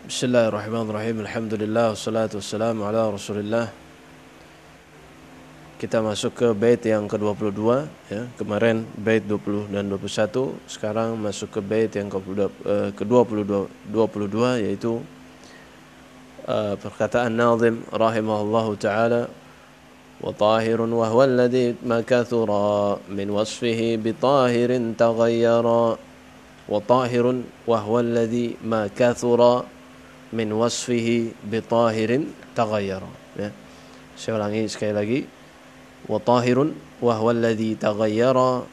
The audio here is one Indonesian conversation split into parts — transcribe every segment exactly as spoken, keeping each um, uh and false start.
Bismillahirrahmanirrahim. Alhamdulillah wassalatu wassalamu ala Rasulillah. Kita masuk ke bait yang ke dua puluh dua ya. Kemarin bait dua puluh dan dua puluh satu, sekarang masuk ke bait yang ke dua puluh dua yaitu uh, perkataan nazim rahimahullahu taala wa tahirun wa huwa alladhi ma kathura min wasfihi bi tahirin taghayyara wa tahirun wa huwa alladhi ma kathura min wasfihi bi tahirin taghayyara ya. Saya ulangi sekali lagi. Wa tahirun wa huwa alladhi taghayyara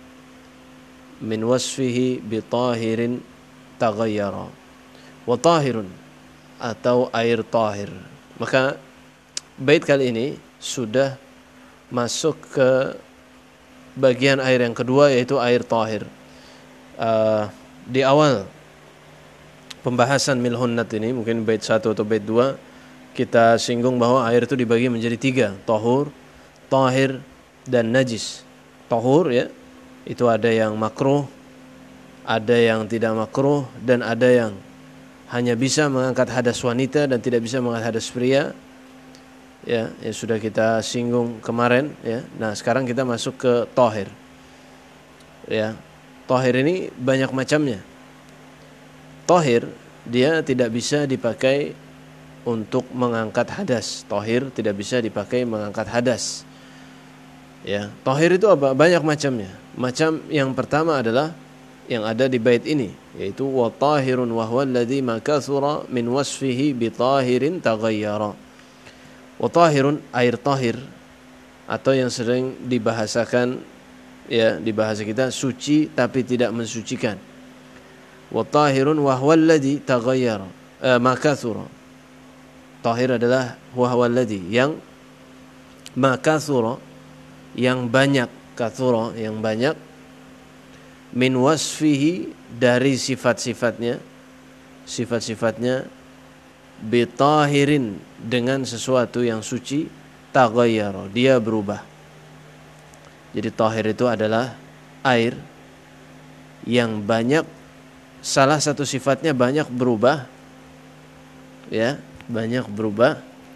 min wasfihi bi tahirin taghayyara. Wa tahirun atau air tahir. Maka bait kali ini sudah masuk ke bagian air yang kedua, yaitu air tahir. Uh, di awal pembahasan milhunnat ini, mungkin bait satu atau bait dua, kita singgung bahwa air itu dibagi menjadi tiga, tahur, tahir, dan najis. Tahur ya, itu ada yang makruh, ada yang tidak makruh, dan ada yang hanya bisa mengangkat hadas wanita dan tidak bisa mengangkat hadas pria. Ya, ya sudah kita singgung kemarin ya. Nah, sekarang kita masuk ke tahir. Ya. Tahir ini banyak macamnya. Tahir dia tidak bisa dipakai untuk mengangkat hadas. Tahir tidak bisa dipakai mengangkat hadas. Ya, tahir itu apa? Banyak macamnya. Macam yang pertama adalah yang ada di bait ini, yaitu wa tahirun wa huwa alladhi ma kathura min wasfihi bi tahirin taghayyara. Wa tahirun, air tahir, atau yang sering dibahasakan ya di bahasa kita suci tapi tidak mensucikan. Wa tahirun wa huwa alladhi taghayyara eh, ma kathura. Tahir adalah wa huwa alladhi, yang ma kathura, yang banyak, kathura yang banyak, min wasfihi, dari sifat-sifatnya, sifat-sifatnya, bi tahirin, dengan sesuatu yang suci, taghayyara, dia berubah. Jadi tahir itu adalah air yang banyak, salah satu sifatnya banyak berubah, ya, banyak berubah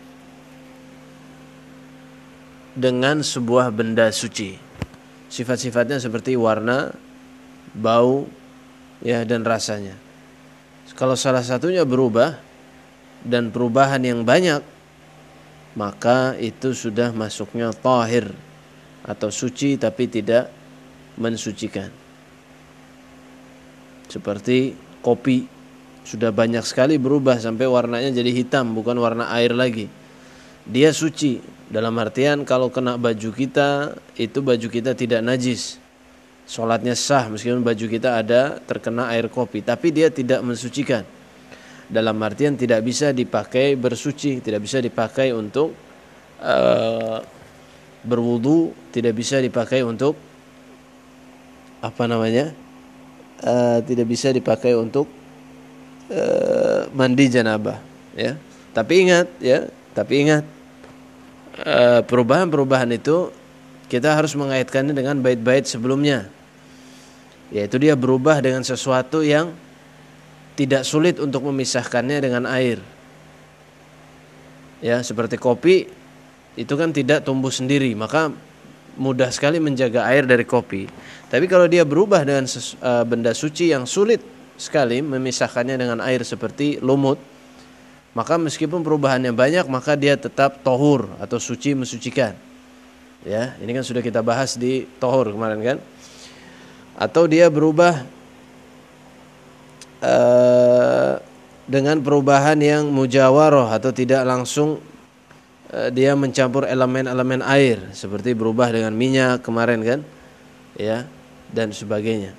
dengan sebuah benda suci. Sifat-sifatnya seperti warna, bau, ya, dan rasanya. Kalau salah satunya berubah dan perubahan yang banyak, maka itu sudah masuknya tahir atau suci tapi tidak mensucikan. Seperti kopi, sudah banyak sekali berubah sampai warnanya jadi hitam, bukan warna air lagi. Dia suci dalam artian kalau kena baju kita, itu baju kita tidak najis, sholatnya sah meskipun baju kita ada terkena air kopi, tapi dia tidak mensucikan. Dalam artian tidak bisa dipakai bersuci, tidak bisa dipakai untuk uh, berwudu, tidak bisa dipakai untuk apa namanya, uh, tidak bisa dipakai untuk uh, mandi janabah, ya. Tapi ingat, ya, tapi ingat uh, perubahan-perubahan itu kita harus mengaitkannya dengan bait-bait sebelumnya, yaitu dia berubah dengan sesuatu yang tidak sulit untuk memisahkannya dengan air. Ya, seperti kopi itu kan tidak tumbuh sendiri, maka mudah sekali menjaga air dari kopi. Tapi kalau dia berubah dengan ses, uh, benda suci yang sulit sekali memisahkannya dengan air seperti lumut, maka meskipun perubahannya banyak, maka dia tetap tahur atau suci, mensucikan. Ya, ini kan sudah kita bahas di tahur kemarin kan. Atau dia berubah uh, dengan perubahan yang mujawarah atau tidak langsung, dia mencampur elemen-elemen air, seperti berubah dengan minyak kemarin kan, ya, dan sebagainya.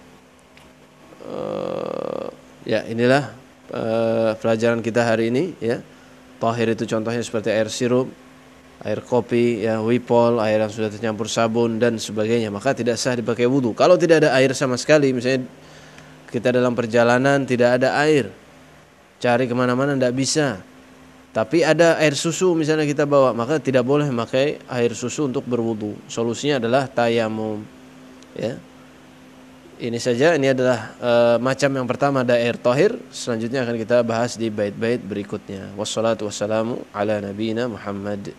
Uh, ya inilah uh, pelajaran kita hari ini, ya. Tahir itu contohnya seperti air sirup, air kopi, ya, wipol, air yang sudah tercampur sabun dan sebagainya, maka tidak sah dipakai wudu. Kalau tidak ada air sama sekali, misalnya kita dalam perjalanan tidak ada air, cari kemana-mana tidak bisa, tapi ada air susu misalnya kita bawa, maka tidak boleh memakai air susu untuk berwudu. Solusinya adalah tayamum, ya. Ini saja, ini adalah uh, macam yang pertama ada air tahir. Selanjutnya akan kita bahas di bait-bait berikutnya. Wassalatu wassalamu ala nabiyina Muhammad.